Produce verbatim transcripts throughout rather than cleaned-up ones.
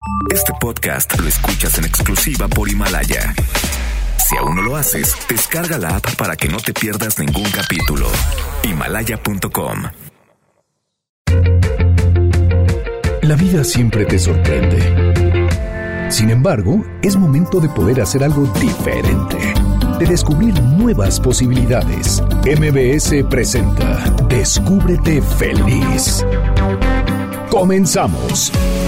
Este podcast lo escuchas en exclusiva por Himalaya. Si aún no lo haces, descarga la app para que no te pierdas ningún capítulo. Himalaya punto com. La vida siempre te sorprende. Sin embargo, es momento de poder hacer algo diferente, de descubrir nuevas posibilidades. M B S presenta Descúbrete Feliz. Comenzamos.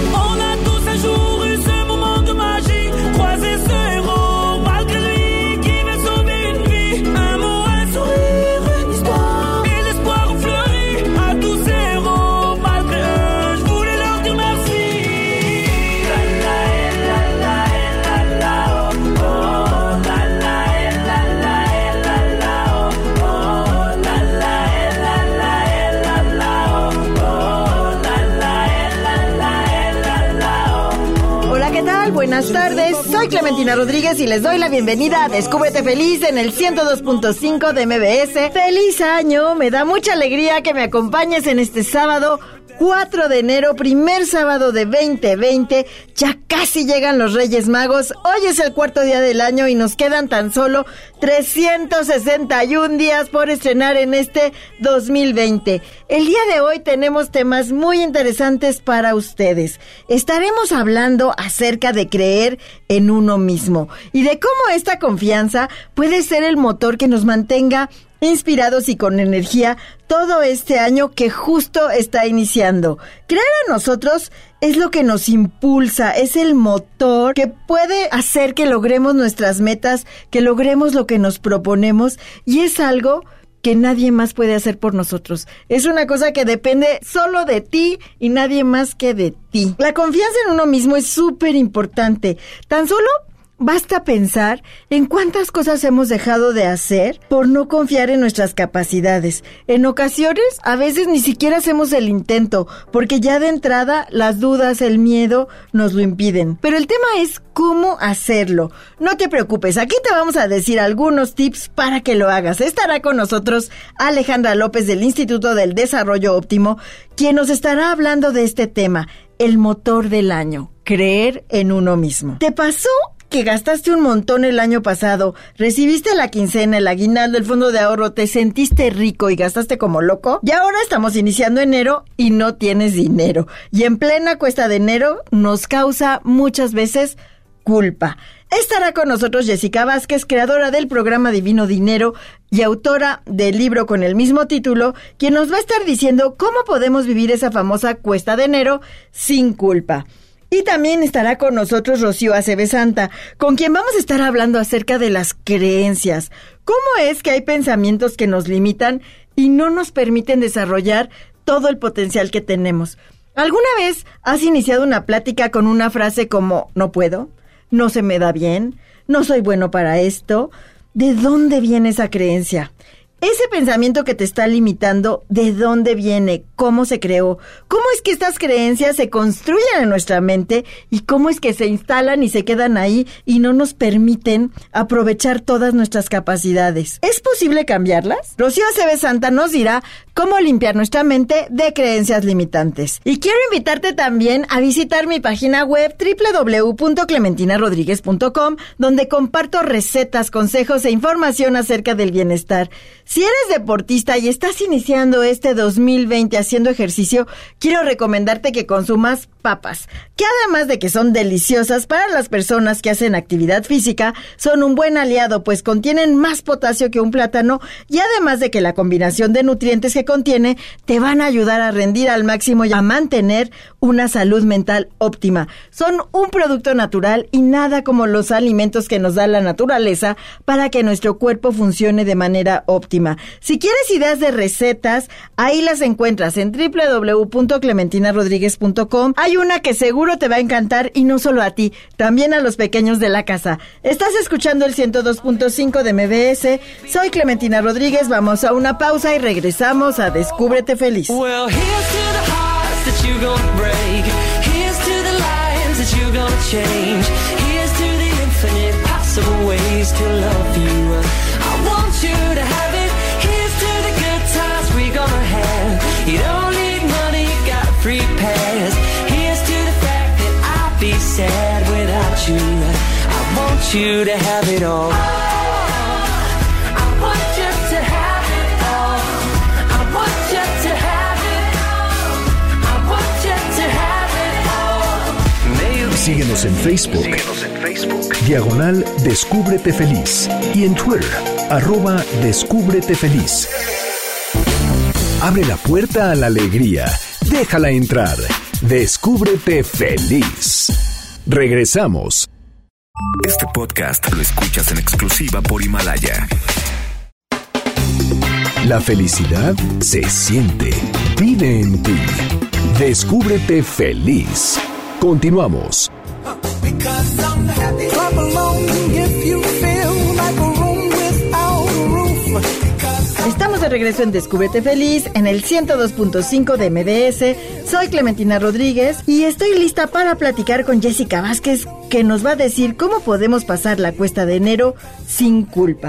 Buenas tardes, soy Clementina Rodríguez y les doy la bienvenida a Descúbrete Feliz en el ciento dos punto cinco de M B S. ¡Feliz año! Me da mucha alegría que me acompañes en este sábado cuatro de enero, primer sábado de veinte veinte. Ya casi llegan los Reyes Magos. Hoy es el cuarto día del año y nos quedan tan solo trescientos sesenta y un días por estrenar en este dos mil veinte. El día de hoy tenemos temas muy interesantes para ustedes. Estaremos hablando acerca de creer en uno mismo y de cómo esta confianza puede ser el motor que nos mantenga inspirados y con energía todo este año que justo está iniciando. Creer en nosotros es lo que nos impulsa, es el motor que puede hacer que logremos nuestras metas, que logremos lo que nos proponemos, y es algo que nadie más puede hacer por nosotros. Es una cosa que depende solo de ti y nadie más que de ti. La confianza en uno mismo es súper importante. Tan solo basta pensar en cuántas cosas hemos dejado de hacer por no confiar en nuestras capacidades. En ocasiones, a veces ni siquiera hacemos el intento, porque ya de entrada las dudas, el miedo nos lo impiden. Pero el tema es cómo hacerlo. No te preocupes, aquí te vamos a decir algunos tips para que lo hagas. Estará con nosotros Alejandra López del Instituto del Desarrollo Óptimo, quien nos estará hablando de este tema, el motor del año, creer en uno mismo. ¿Te pasó que gastaste un montón el año pasado, recibiste la quincena, el aguinaldo, el fondo de ahorro, te sentiste rico y gastaste como loco? Y ahora estamos iniciando enero y no tienes dinero. Y en plena cuesta de enero nos causa muchas veces culpa. Estará con nosotros Jessica Vázquez, creadora del programa Divino Dinero y autora del libro con el mismo título, quien nos va a estar diciendo cómo podemos vivir esa famosa cuesta de enero sin culpa. Y también estará con nosotros Rocío Aceves Santa, con quien vamos a estar hablando acerca de las creencias. ¿Cómo es que hay pensamientos que nos limitan y no nos permiten desarrollar todo el potencial que tenemos? ¿Alguna vez has iniciado una plática con una frase como no puedo, no se me da bien, no soy bueno para esto? ¿De dónde viene esa creencia? Ese pensamiento que te está limitando, ¿de dónde viene? ¿Cómo se creó? ¿Cómo es que estas creencias se construyen en nuestra mente? ¿Y cómo es que se instalan y se quedan ahí y no nos permiten aprovechar todas nuestras capacidades? ¿Es posible cambiarlas? Rocío Aceves Santa nos dirá cómo limpiar nuestra mente de creencias limitantes. Y quiero invitarte también a visitar mi página web doble u doble u doble u punto clementina rodríguez punto com, donde comparto recetas, consejos e información acerca del bienestar. Si eres deportista y estás iniciando este dos mil veinte haciendo ejercicio, quiero recomendarte que consumas papas, que además de que son deliciosas para las personas que hacen actividad física, son un buen aliado, pues contienen más potasio que un plátano, y además de que la combinación de nutrientes que contiene te van a ayudar a rendir al máximo y a mantener una salud mental óptima. Son un producto natural y nada como los alimentos que nos da la naturaleza para que nuestro cuerpo funcione de manera óptima. Si quieres ideas de recetas, ahí las encuentras en doble u doble u doble u punto clementina rodríguez punto com. Hay una que seguro te va a encantar, y no solo a ti, también a los pequeños de la casa. Estás escuchando el ciento dos punto cinco de M B S. Soy Clementina Rodríguez. Vamos a una pausa y regresamos a Descúbrete Feliz. Well, here's to the hearts that you're gonna break. Here's to the lives that you're gonna change. Here's to the infinite possible ways to love you. I want you to have it. Here's to the good times we're gonna have. You don't need money, you got a free pass. Here's to the fact that I'll be sad without you. I want you to have it all. I want you to have it all. I want you to have it all. I want you to have it all. Síguenos en Facebook. Síguenos en Facebook. Diagonal Descúbrete Feliz. Y en Twitter, arroba Descúbrete Feliz. Abre la puerta a la alegría. Déjala entrar. Descúbrete feliz. Regresamos. Este podcast lo escuchas en exclusiva por Himalaya. La felicidad se siente. Vive en ti. Descúbrete feliz. Continuamos. Estamos de regreso en Descúbrete Feliz, en el ciento dos punto cinco de M B S. Soy Clementina Rodríguez y estoy lista para platicar con Jessica Vázquez, que nos va a decir cómo podemos pasar la cuesta de enero sin culpa.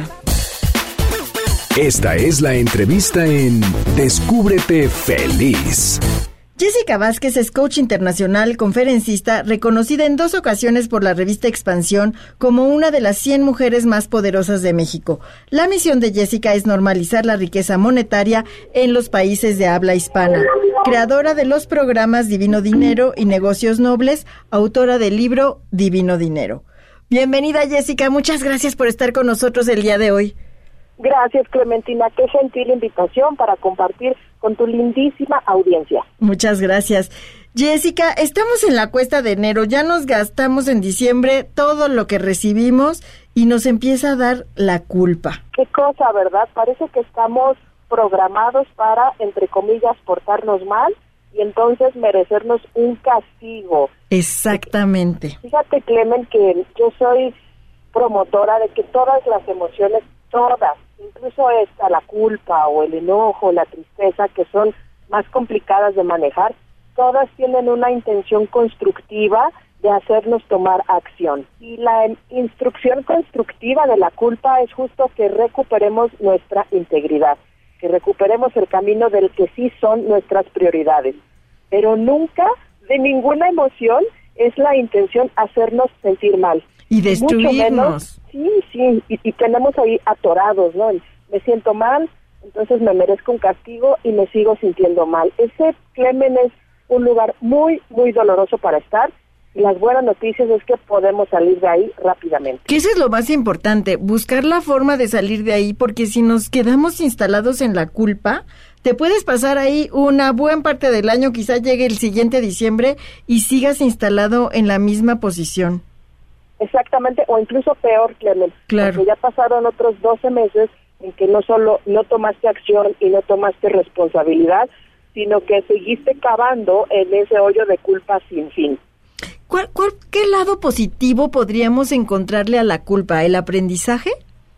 Esta es la entrevista en Descúbrete Feliz. Jessica Vázquez es coach internacional, conferencista, reconocida en dos ocasiones por la revista Expansión como una de las cien mujeres más poderosas de México. La misión de Jessica es normalizar la riqueza monetaria en los países de habla hispana. Creadora de los programas Divino Dinero y Negocios Nobles, autora del libro Divino Dinero. Bienvenida, Jessica, muchas gracias por estar con nosotros el día de hoy. Gracias, Clementina, qué gentil invitación para compartir con tu lindísima audiencia. Muchas gracias. Jessica, estamos en la cuesta de enero, ya nos gastamos en diciembre todo lo que recibimos y nos empieza a dar la culpa. Qué cosa, ¿verdad? Parece que estamos programados para, entre comillas, portarnos mal y entonces merecernos un castigo. Exactamente. Fíjate, Clemen, que yo soy promotora de que todas las emociones, todas, incluso esta, la culpa o el enojo, la tristeza, que son más complicadas de manejar, todas tienen una intención constructiva de hacernos tomar acción. Y la instrucción constructiva de la culpa es justo que recuperemos nuestra integridad, que recuperemos el camino del que sí son nuestras prioridades. Pero nunca, de ninguna emoción, es la intención hacernos sentir mal. Y destruirnos. Mucho menos, sí, sí, y, y tenemos ahí atorados, ¿no? Me siento mal, entonces me merezco un castigo y me sigo sintiendo mal. Ese, Clemen, es un lugar muy, muy doloroso para estar, y las buenas noticias es que podemos salir de ahí rápidamente. Que eso es lo más importante, buscar la forma de salir de ahí, porque si nos quedamos instalados en la culpa, te puedes pasar ahí una buena parte del año, quizá llegue el siguiente diciembre y sigas instalado en la misma posición. Exactamente, o incluso peor, Clemen, claro. Porque ya pasaron otros doce meses en que no solo no tomaste acción y no tomaste responsabilidad, sino que seguiste cavando en ese hoyo de culpa sin fin. ¿Cuál, cuál, ¿Qué lado positivo podríamos encontrarle a la culpa? ¿El aprendizaje?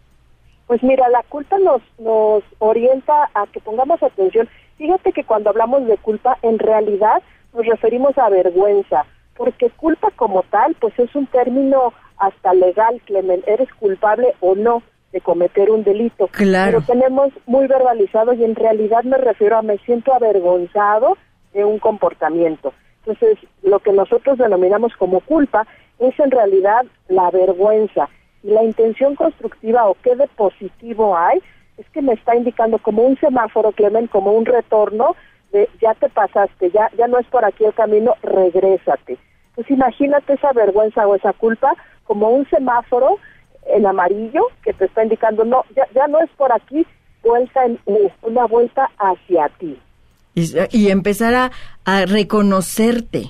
Pues mira, la culpa nos, nos orienta a que pongamos atención. Fíjate que cuando hablamos de culpa, en realidad nos referimos a vergüenza, porque culpa como tal, pues es un término hasta legal, Clemen, eres culpable o no de cometer un delito. Claro. Pero tenemos muy verbalizado y en realidad me refiero a me siento avergonzado de un comportamiento. Entonces, lo que nosotros denominamos como culpa es en realidad la vergüenza. Y la intención constructiva o qué de positivo hay, es que me está indicando como un semáforo, Clemen, como un retorno de ya te pasaste, ya, ya no es por aquí el camino, regrésate. Pues imagínate esa vergüenza o esa culpa como un semáforo en amarillo que te está indicando, no, ya, ya no es por aquí, vuelta en U, una vuelta hacia ti. Y, y empezar a, a reconocerte.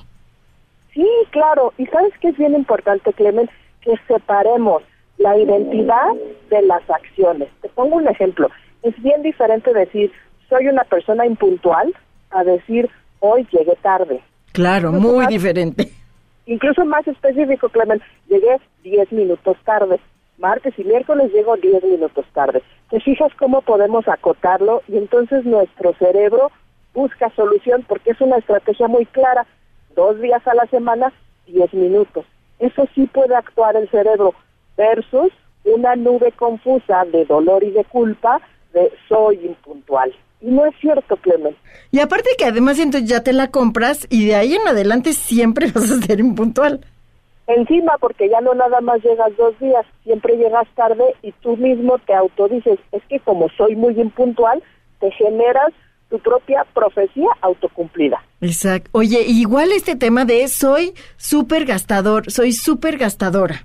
Sí, claro, y ¿sabes qué es bien importante, Clemen? Que separemos la identidad de las acciones. Te pongo un ejemplo, es bien diferente decir, soy una persona impuntual, a decir, hoy llegué tarde. Claro, incluso muy más, diferente. Incluso más específico, Clemen, llegué diez minutos tarde. Martes y miércoles llego diez minutos tarde. ¿Te fijas cómo podemos acotarlo? Y entonces nuestro cerebro busca solución porque es una estrategia muy clara. Dos días a la semana, diez minutos. Eso sí puede actuar el cerebro versus una nube confusa de dolor y de culpa de soy impuntual. Y no es cierto, Clemen. Y aparte que además entonces ya te la compras y de ahí en adelante siempre vas a ser impuntual. encima, porque ya no nada más llegas dos días, siempre llegas tarde y tú mismo te autodices, es que como soy muy impuntual, te generas tu propia profecía autocumplida. Exacto. Oye, igual este tema de soy súper gastador, soy súper gastadora.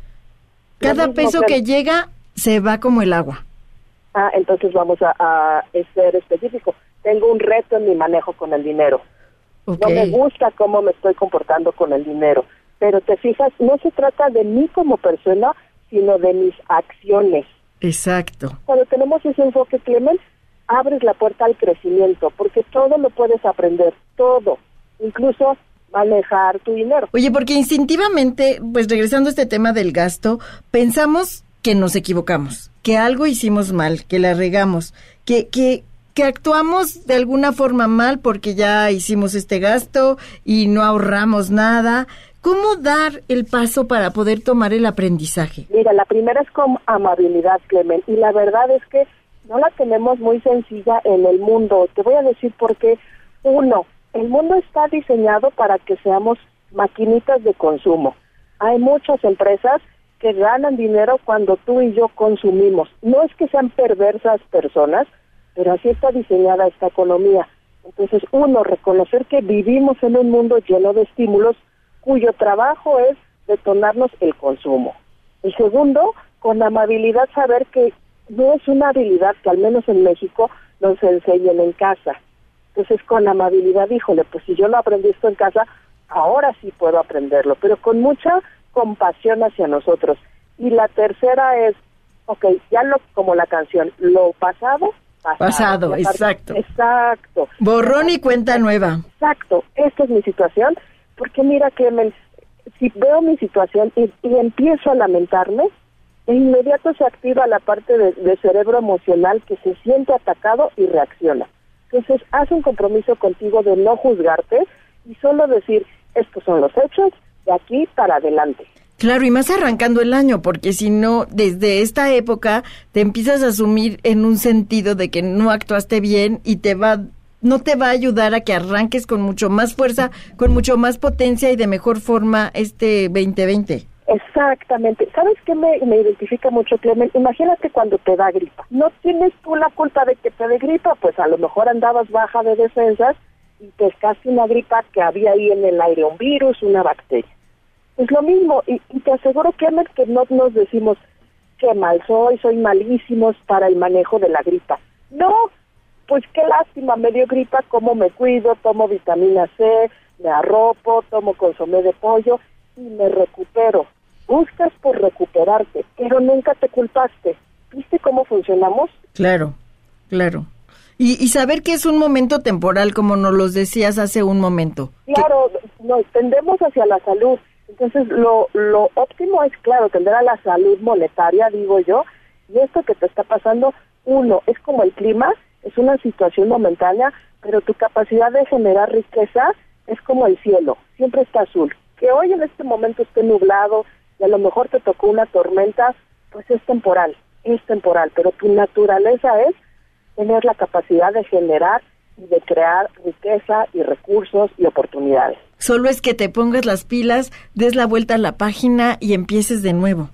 Cada peso que... que llega se va como el agua. Ah, entonces vamos a, a ser específico. Tengo un reto en mi manejo con el dinero. Okay. No me gusta cómo me estoy comportando con el dinero. Pero te fijas, no se trata de mí como persona, sino de mis acciones. Exacto. Cuando tenemos ese enfoque, Clemen, abres la puerta al crecimiento, porque todo lo puedes aprender, todo, incluso manejar tu dinero. Oye, porque instintivamente, pues regresando a este tema del gasto, pensamos que nos equivocamos, que algo hicimos mal, que la regamos, que, que, que actuamos de alguna forma mal porque ya hicimos este gasto y no ahorramos nada. ¿Cómo dar el paso para poder tomar el aprendizaje? Mira, la primera es con amabilidad, Clemen, y la verdad es que no la tenemos muy sencilla en el mundo. Te voy a decir por qué. Uno, el mundo está diseñado para que seamos maquinitas de consumo. Hay muchas empresas que ganan dinero cuando tú y yo consumimos. No es que sean perversas personas, pero así está diseñada esta economía. Entonces, uno, reconocer que vivimos en un mundo lleno de estímulos cuyo trabajo es detonarnos el consumo. El segundo, con amabilidad saber que no es una habilidad que al menos en México nos enseñen en casa. Entonces, con amabilidad, híjole, pues si yo no aprendí esto en casa, ahora sí puedo aprenderlo, pero con mucha compasión hacia nosotros. Y la tercera es, ok, ya lo como la canción, lo pasado, pasado. Pasado, parte, exacto. Exacto. Borrón y cuenta nueva. Exacto, esta es mi situación, porque mira, Clemen, si veo mi situación y, y empiezo a lamentarme, de inmediato se activa la parte de, de cerebro emocional que se siente atacado y reacciona. Entonces, haz un compromiso contigo de no juzgarte y solo decir, estos son los hechos, de aquí para adelante. Claro, y más arrancando el año, porque si no, desde esta época te empiezas a asumir en un sentido de que no actuaste bien y te va, no te va a ayudar a que arranques con mucho más fuerza, con mucho más potencia y de mejor forma este veinte veinte. Exactamente. ¿Sabes qué me, me identifica mucho, Clemen? Imagínate cuando te da gripa. No tienes tú la culpa de que te dé gripa, pues a lo mejor andabas baja de defensas y pescaste una gripa que había ahí en el aire, un virus, una bacteria. Es lo mismo, y, y te aseguro, Clemen, que no nos decimos qué mal soy, soy malísimos para el manejo de la gripa. No, pues qué lástima, me dio gripa, cómo me cuido, tomo vitamina C, me arropo, tomo consomé de pollo y me recupero. Buscas por recuperarte, pero nunca te culpaste. ¿Viste cómo funcionamos? Claro, claro. Y, y saber que es un momento temporal, como nos los decías hace un momento. Claro, que... nos tendemos hacia la salud. Entonces, lo, lo óptimo es, claro, tender a la salud monetaria, digo yo, y esto que te está pasando, uno, es como el clima, es una situación momentánea, pero tu capacidad de generar riqueza es como el cielo, siempre está azul. Que hoy en este momento esté nublado y a lo mejor te tocó una tormenta, pues es temporal, es temporal, pero tu naturaleza es tener la capacidad de generar y de crear riqueza y recursos y oportunidades. Solo es que te pongas las pilas, des la vuelta a la página y empieces de nuevo.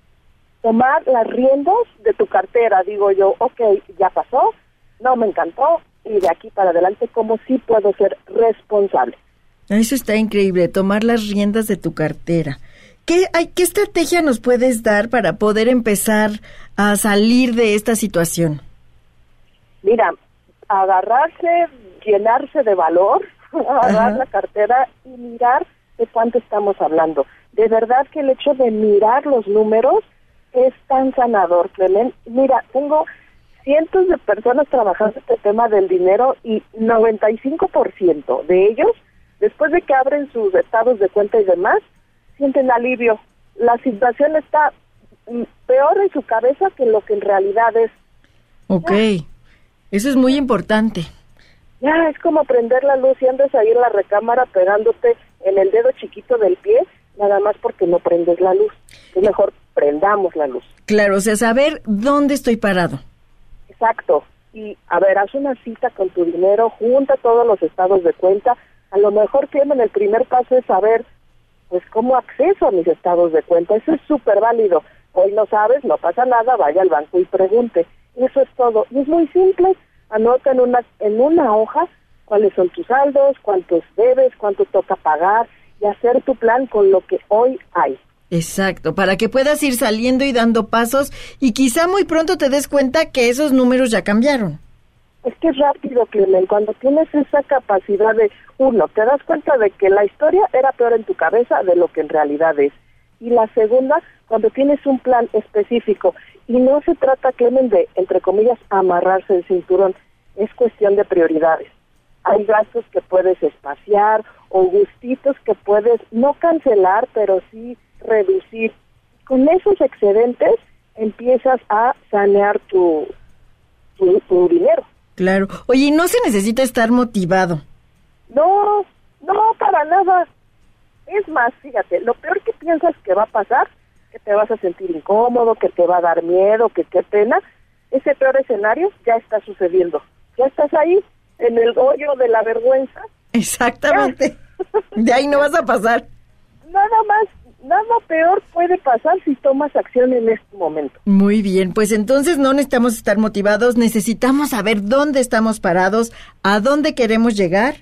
Tomar las riendas de tu cartera, digo yo, ok, ya pasó, no me encantó, y de aquí para adelante, ¿cómo sí puedo ser responsable? Eso está increíble, tomar las riendas de tu cartera. ¿Qué, hay, ¿Qué estrategia nos puedes dar para poder empezar a salir de esta situación? Mira, agarrarse, llenarse de valor, agarrar Ajá. la cartera y mirar de cuánto estamos hablando. De verdad que el hecho de mirar los números es tan sanador, Clemen. Mira, tengo cientos de personas trabajando este tema del dinero y noventa y cinco por ciento de ellos, después de que abren sus estados de cuenta y demás, sienten alivio. La situación está peor en su cabeza que lo que en realidad es. Ok, ya. Eso es muy importante. Ya, es como prender la luz y andas ahí en la recámara pegándote en el dedo chiquito del pie, nada más porque no prendes la luz. Es mejor prendamos la luz. Claro, o sea, saber dónde estoy parado. Exacto. Y, a ver, haz una cita con tu dinero, junta todos los estados de cuenta. A lo mejor, Clemen, el primer paso es saber pues cómo acceso a mis estados de cuenta. Eso es súper válido. Hoy no sabes, no pasa nada, vaya al banco y pregunte. Eso es todo. Y es muy simple. Anota en una, en una hoja cuáles son tus saldos, cuántos debes, cuánto toca pagar y hacer tu plan con lo que hoy hay. Exacto, para que puedas ir saliendo y dando pasos y quizá muy pronto te des cuenta que esos números ya cambiaron. Es que es rápido, Clemen, cuando tienes esa capacidad de, uno, te das cuenta de que la historia era peor en tu cabeza de lo que en realidad es. Y la segunda, cuando tienes un plan específico, y no se trata, Clemen, de, entre comillas, amarrarse el cinturón, es cuestión de prioridades. Hay gastos que puedes espaciar o gustitos que puedes no cancelar, pero sí reducir. Con esos excedentes empiezas a sanear tu, tu, tu dinero. Claro. Oye, ¿y no se necesita estar motivado? No, no, para nada. Es más, fíjate, lo peor que piensas que va a pasar, que te vas a sentir incómodo, que te va a dar miedo, que qué pena, ese peor escenario ya está sucediendo. Ya estás ahí, en el hoyo de la vergüenza. Exactamente. De ahí no vas a pasar. Nada más, nada peor puede pasar si tomas acción en este momento. Muy bien, pues entonces no necesitamos estar motivados, necesitamos saber dónde estamos parados, a dónde queremos llegar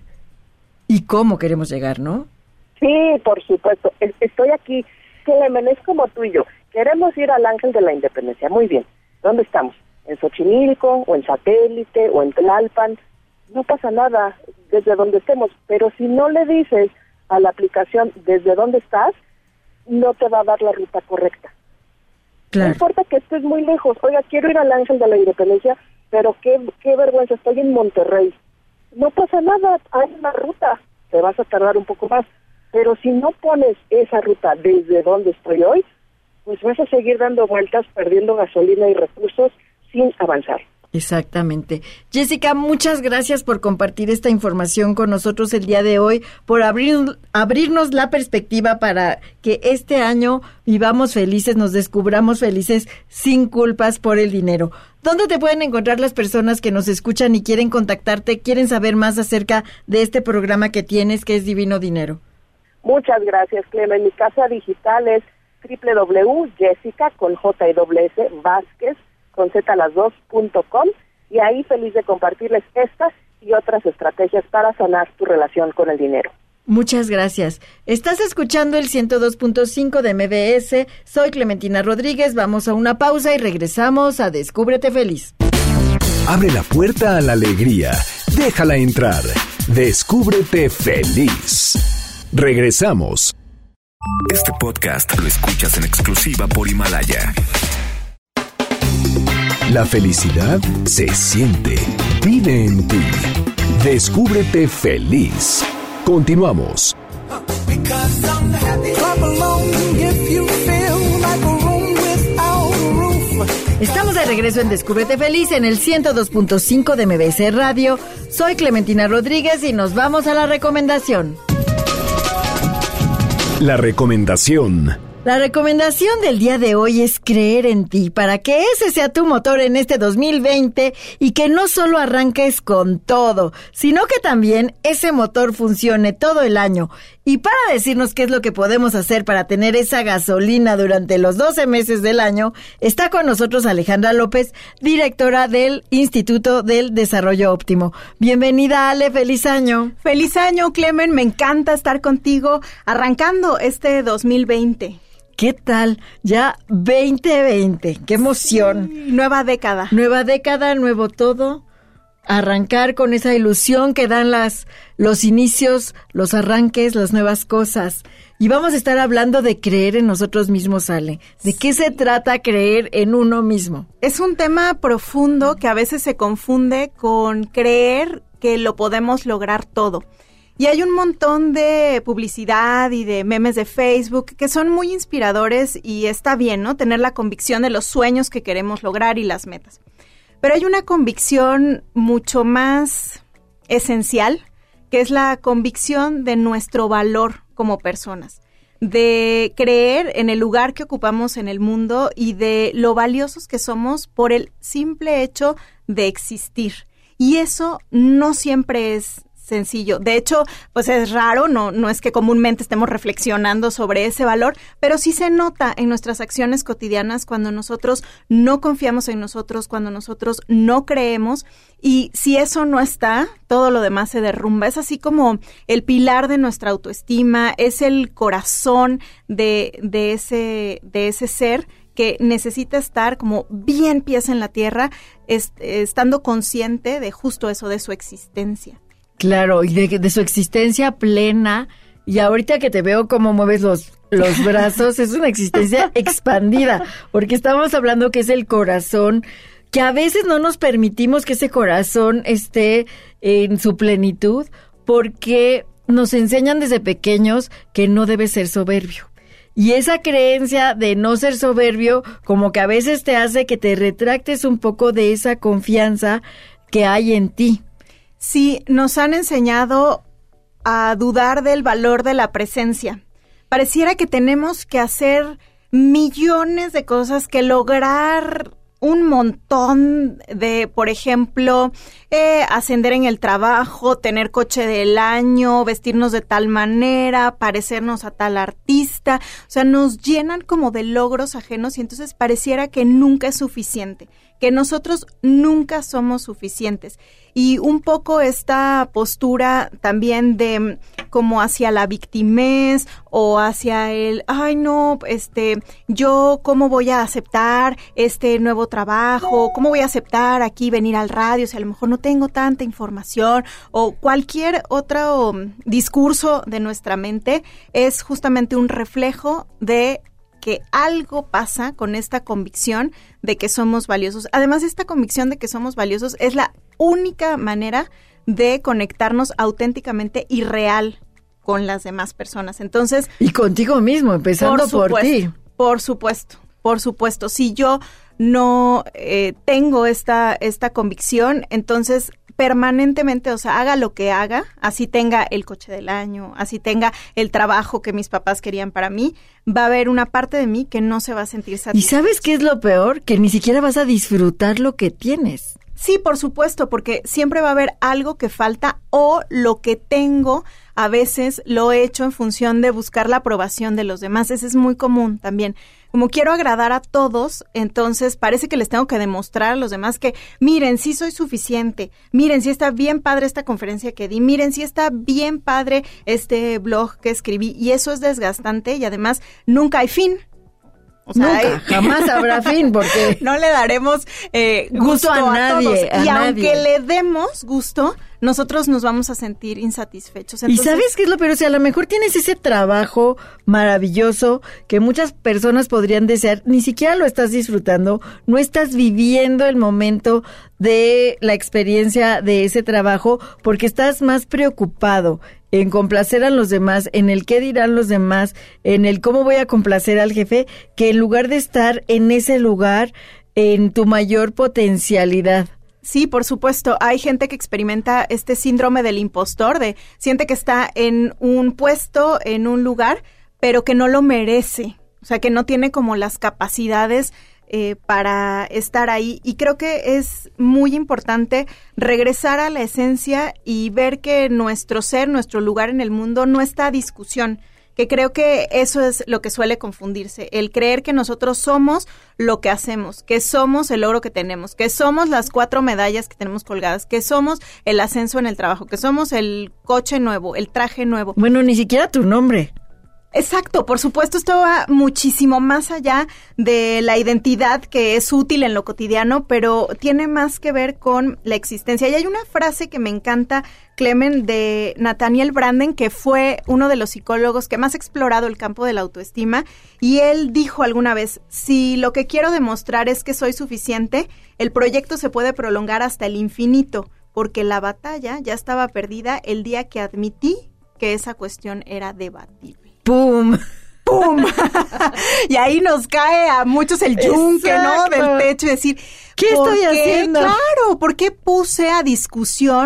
y cómo queremos llegar, ¿no? Sí, por supuesto. Estoy aquí, Clemen, es como tú y yo. Queremos ir al Ángel de la Independencia. Muy bien. ¿Dónde estamos? ¿En Xochimilco, o en Satélite, o en Tlalpan? No pasa nada desde donde estemos, pero si no le dices a la aplicación desde dónde estás, no te va a dar la ruta correcta. Claro. No importa que estés muy lejos. Oiga, quiero ir al Ángel de la Independencia, pero qué, qué vergüenza, estoy en Monterrey. No pasa nada, hay una ruta. Te vas a tardar un poco más. Pero si no pones esa ruta desde donde estoy hoy, pues vas a seguir dando vueltas, perdiendo gasolina y recursos sin avanzar. Exactamente. Jessica, muchas gracias por compartir esta información con nosotros el día de hoy, por abrir, abrirnos la perspectiva para que este año vivamos felices, nos descubramos felices sin culpas por el dinero. ¿Dónde te pueden encontrar las personas que nos escuchan y quieren contactarte, quieren saber más acerca de este programa que tienes, que es Divino Dinero? Muchas gracias, Clemen. Mi casa digital es doble u doble u doble u punto jessica con J y doble S Vázquez con Z las dos punto com y ahí feliz de compartirles estas y otras estrategias para sanar tu relación con el dinero. Muchas gracias. Estás escuchando el ciento dos punto cinco de M B S. Soy Clementina Rodríguez. Vamos a una pausa y regresamos a Descúbrete Feliz. Abre la puerta a la alegría. Déjala entrar. Descúbrete feliz. Regresamos. Este podcast lo escuchas en exclusiva por Himalaya. La felicidad se siente, vive en ti. Descúbrete feliz. Continuamos. Estamos de regreso en Descúbrete Feliz en el ciento dos punto cinco de M B S Radio. Soy Clementina Rodríguez y nos vamos a la recomendación. La recomendación. La recomendación del día de hoy es creer en ti para que ese sea tu motor en este dos mil veinte y que no solo arranques con todo, sino que también ese motor funcione todo el año. Y para decirnos qué es lo que podemos hacer para tener esa gasolina durante los doce meses del año, está con nosotros Alejandra López, directora del Instituto del Desarrollo Óptimo. Bienvenida, Ale, feliz año. Feliz año, Clemen, me encanta estar contigo arrancando este dos mil veinte. ¿Qué tal? Ya veinte veinte, qué emoción. Sí, nueva década. Nueva década, nuevo todo. Arrancar con esa ilusión que dan las los inicios, los arranques, las nuevas cosas. Y vamos a estar hablando de creer en nosotros mismos, Ale. ¿De qué se trata creer en uno mismo? Es un tema profundo que a veces se confunde con creer que lo podemos lograr todo. Y hay un montón de publicidad y de memes de Facebook que son muy inspiradores y está bien, ¿no? Tener la convicción de los sueños que queremos lograr y las metas. Pero hay una convicción mucho más esencial, que es la convicción de nuestro valor como personas, de creer en el lugar que ocupamos en el mundo y de lo valiosos que somos por el simple hecho de existir. Y eso no siempre es sencillo. De hecho, pues es raro, no, no es que comúnmente estemos reflexionando sobre ese valor, pero sí se nota en nuestras acciones cotidianas cuando nosotros no confiamos en nosotros, cuando nosotros no creemos, y si eso no está, todo lo demás se derrumba. Es así como el pilar de nuestra autoestima, es el corazón de, de ese, de ese ser que necesita estar como bien pies en la tierra, est- estando consciente de justo eso, de su existencia. Claro, y de, de su existencia plena. Y ahorita que te veo cómo mueves los, los brazos, es una existencia expandida, porque estamos hablando que es el corazón, que a veces no nos permitimos que ese corazón esté en su plenitud, porque nos enseñan desde pequeños que no debe ser soberbio. Y esa creencia de no ser soberbio, como que a veces te hace que te retractes un poco de esa confianza que hay en ti. Sí, nos han enseñado a dudar del valor de la presencia. Pareciera que tenemos que hacer millones de cosas, que lograr un montón de, por ejemplo, eh, ascender en el trabajo, tener coche del año, vestirnos de tal manera, parecernos a tal artista. O sea, nos llenan como de logros ajenos y entonces pareciera que nunca es suficiente, que nosotros nunca somos suficientes. Y un poco esta postura también de como hacia la victimez o hacia el, ay no, este, yo cómo voy a aceptar este nuevo trabajo, cómo voy a aceptar aquí venir al radio si a lo mejor no tengo tanta información, o cualquier otro discurso de nuestra mente es justamente un reflejo de que algo pasa con esta convicción de que somos valiosos. Además, esta convicción de que somos valiosos es la única manera de conectarnos auténticamente y real con las demás personas. Entonces, y contigo mismo, empezando por, por ti. Por supuesto, por supuesto. Si yo no eh, tengo esta, esta convicción, entonces permanentemente, o sea, haga lo que haga, así tenga el coche del año, así tenga el trabajo que mis papás querían para mí, va a haber una parte de mí que no se va a sentir satisfecha. ¿Y sabes qué es lo peor? Que ni siquiera vas a disfrutar lo que tienes. Sí, por supuesto, porque siempre va a haber algo que falta o lo que tengo, a veces lo he hecho en función de buscar la aprobación de los demás. Ese es muy común también. Como quiero agradar a todos, entonces parece que les tengo que demostrar a los demás que, miren, sí soy suficiente, miren, sí está bien padre esta conferencia que di, miren, sí está bien padre este blog que escribí, y eso es desgastante y además nunca hay fin. O sea, nunca, hay... jamás habrá fin, porque no le daremos eh, gusto, gusto a, a nadie. Todos. A y nadie. Aunque le demos gusto, nosotros nos vamos a sentir insatisfechos. Entonces, ¿y sabes qué es lo peor? O sea, a lo mejor tienes ese trabajo maravilloso que muchas personas podrían desear, ni siquiera lo estás disfrutando, no estás viviendo el momento de la experiencia de ese trabajo porque estás más preocupado en complacer a los demás, en el qué dirán los demás, en el cómo voy a complacer al jefe, que en lugar de estar en ese lugar, en tu mayor potencialidad. Sí, por supuesto. Hay gente que experimenta este síndrome del impostor, de siente que está en un puesto, en un lugar, pero que no lo merece. O sea, que no tiene como las capacidades eh, para estar ahí. Y creo que es muy importante regresar a la esencia y ver que nuestro ser, nuestro lugar en el mundo no está a discusión. Que creo que eso es lo que suele confundirse, el creer que nosotros somos lo que hacemos, que somos el logro que tenemos, que somos las cuatro medallas que tenemos colgadas, que somos el ascenso en el trabajo, que somos el coche nuevo, el traje nuevo. Bueno, ni siquiera tu nombre. Exacto, por supuesto, esto va muchísimo más allá de la identidad que es útil en lo cotidiano, pero tiene más que ver con la existencia. Y hay una frase que me encanta, Clemen, de Nathaniel Branden, que fue uno de los psicólogos que más ha explorado el campo de la autoestima, y él dijo alguna vez, si lo que quiero demostrar es que soy suficiente, el proyecto se puede prolongar hasta el infinito, porque la batalla ya estaba perdida el día que admití que esa cuestión era debatible. ¡Pum! ¡Pum! Y ahí nos cae a muchos el yunque, ¿no? Del techo y decir, ¿qué estoy qué? haciendo? Claro, ¿por qué puse a discusión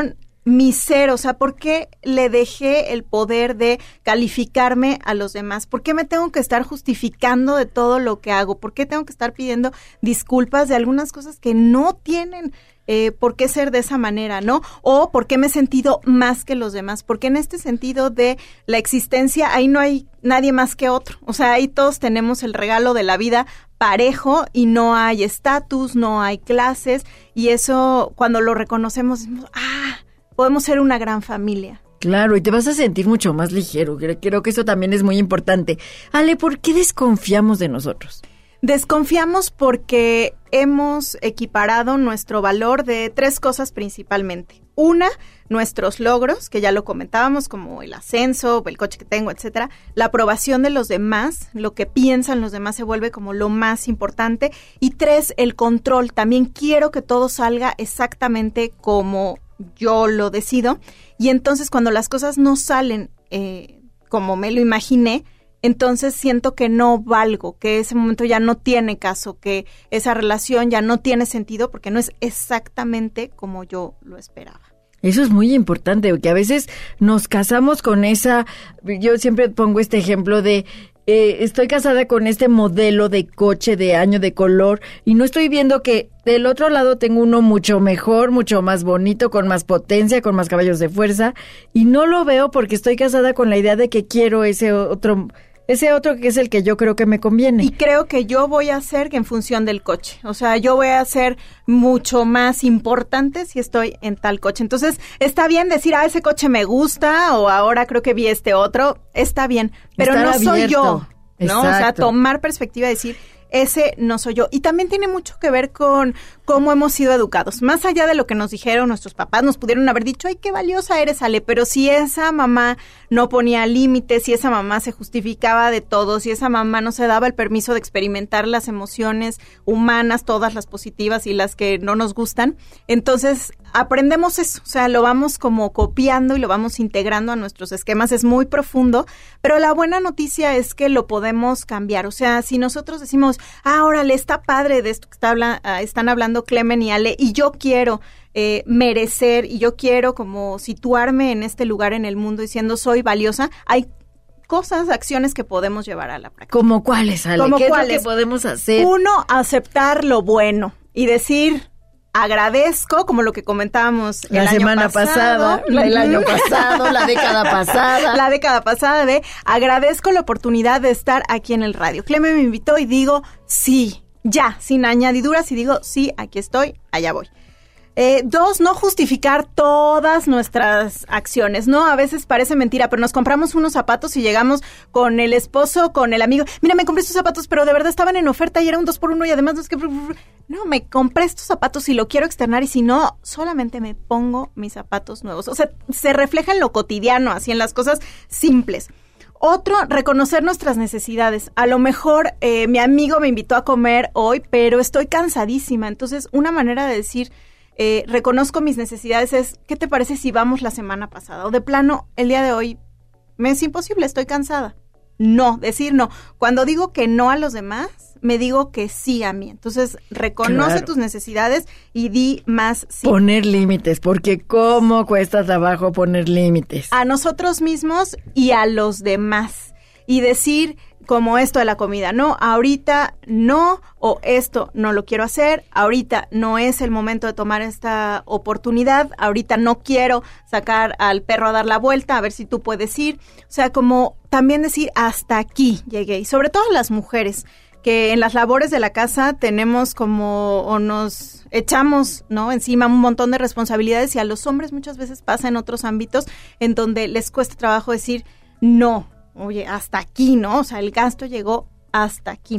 mi ser, o sea, ¿por qué le dejé el poder de calificarme a los demás? ¿Por qué me tengo que estar justificando de todo lo que hago? ¿Por qué tengo que estar pidiendo disculpas de algunas cosas que no tienen eh, por qué ser de esa manera, ¿no? O ¿por qué me he sentido más que los demás? Porque en este sentido de la existencia, ahí no hay nadie más que otro. O sea, ahí todos tenemos el regalo de la vida parejo y no hay estatus, no hay clases, y eso cuando lo reconocemos, decimos, ¡ah! Podemos ser una gran familia. Claro, y te vas a sentir mucho más ligero. Creo que eso también es muy importante. Ale, ¿por qué desconfiamos de nosotros? Desconfiamos porque hemos equiparado nuestro valor de tres cosas principalmente. Una, nuestros logros, que ya lo comentábamos, como el ascenso, el coche que tengo, etcétera. La aprobación de los demás, lo que piensan los demás se vuelve como lo más importante. Y tres, el control. También quiero que todo salga exactamente como yo lo decido, y entonces cuando las cosas no salen eh, como me lo imaginé, entonces siento que no valgo, que ese momento ya no tiene caso, que esa relación ya no tiene sentido porque no es exactamente como yo lo esperaba. Eso es muy importante, porque a veces nos casamos con esa, yo siempre pongo este ejemplo de Eh, estoy casada con este modelo de coche de año, de color, y no estoy viendo que del otro lado tengo uno mucho mejor, mucho más bonito, con más potencia, con más caballos de fuerza, y no lo veo porque estoy casada con la idea de que quiero ese otro, ese otro que es el que yo creo que me conviene. Y creo que yo voy a hacer que en función del coche, o sea, yo voy a ser mucho más importante si estoy en tal coche. Entonces, está bien decir, ah, ese coche me gusta, o ahora creo que vi este otro, está bien, pero Estar no abierto. Soy yo, ¿no? Exacto. O sea, tomar perspectiva y decir, ese no soy yo. Y también tiene mucho que ver con cómo hemos sido educados. Más allá de lo que nos dijeron nuestros papás, nos pudieron haber dicho, ay, qué valiosa eres, Ale, pero si esa mamá no ponía límites, si esa mamá se justificaba de todo, si esa mamá no se daba el permiso de experimentar las emociones humanas, todas las positivas y las que no nos gustan, entonces aprendemos eso, o sea, lo vamos como copiando y lo vamos integrando a nuestros esquemas, es muy profundo, pero la buena noticia es que lo podemos cambiar, o sea, si nosotros decimos, ah, órale, está padre de esto que está habla, uh, están hablando Clemen y Ale, y yo quiero eh, merecer, y yo quiero como situarme en este lugar en el mundo diciendo soy valiosa, hay cosas, acciones que podemos llevar a la práctica. ¿Cómo cuáles, Ale? ¿Cómo ¿Qué cuáles? es lo que podemos hacer? Uno, aceptar lo bueno y decir agradezco, como lo que comentábamos la el semana año pasado, pasada, la, el año pasado, la década pasada. La década pasada de agradezco la oportunidad de estar aquí en el radio. Clemen me invitó y digo sí, ya, sin añadiduras, y digo sí, aquí estoy, allá voy. Eh, dos, no justificar todas nuestras acciones, ¿no? A veces parece mentira, pero nos compramos unos zapatos y llegamos con el esposo, con el amigo. Mira, me compré estos zapatos, pero de verdad estaban en oferta y era un dos por uno y además no es que... No, me compré estos zapatos y lo quiero externar y si no, solamente me pongo mis zapatos nuevos. O sea, se refleja en lo cotidiano, así en las cosas simples. Otro, reconocer nuestras necesidades. A lo mejor eh, mi amigo me invitó a comer hoy, pero estoy cansadísima. Entonces, una manera de decir... Eh, reconozco mis necesidades es, ¿qué te parece si vamos la semana pasada? O de plano, el día de hoy, me es imposible, estoy cansada. No, decir no. Cuando digo que no a los demás, me digo que sí a mí. Entonces, reconoce Claro. tus necesidades y di más sí. Poner límites, porque cómo cuesta trabajo poner límites. A nosotros mismos y a los demás. Y decir... como esto de la comida, no, ahorita no, o esto no lo quiero hacer, ahorita no es el momento de tomar esta oportunidad, ahorita no quiero sacar al perro a dar la vuelta, a ver si tú puedes ir, o sea, como también decir hasta aquí llegué, y sobre todo las mujeres, que en las labores de la casa tenemos como, o nos echamos, ¿no?, encima un montón de responsabilidades, y a los hombres muchas veces pasa en otros ámbitos en donde les cuesta trabajo decir no. Oye, hasta aquí, ¿no? O sea, el gasto llegó hasta aquí.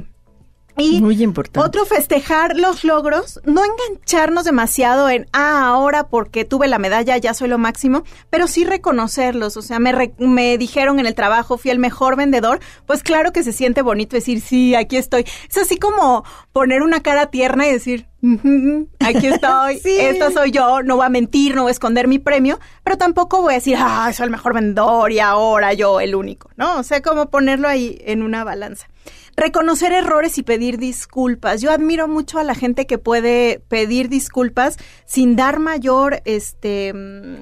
Y muy importante. Otro, festejar los logros, no engancharnos demasiado en, ah, ahora porque tuve la medalla ya soy lo máximo, pero sí reconocerlos. O sea, me, re- me dijeron en el trabajo, fui el mejor vendedor, pues claro que se siente bonito decir, sí, aquí estoy. Es así como poner una cara tierna y decir, uh-huh, aquí estoy, Sí. esta soy yo, no voy a mentir, no voy a esconder mi premio, pero tampoco voy a decir, ah, soy el mejor vendedor y ahora yo el único, ¿no? O sea, como ponerlo ahí en una balanza. Reconocer errores y pedir disculpas. Yo admiro mucho a la gente que puede pedir disculpas sin dar mayor, este,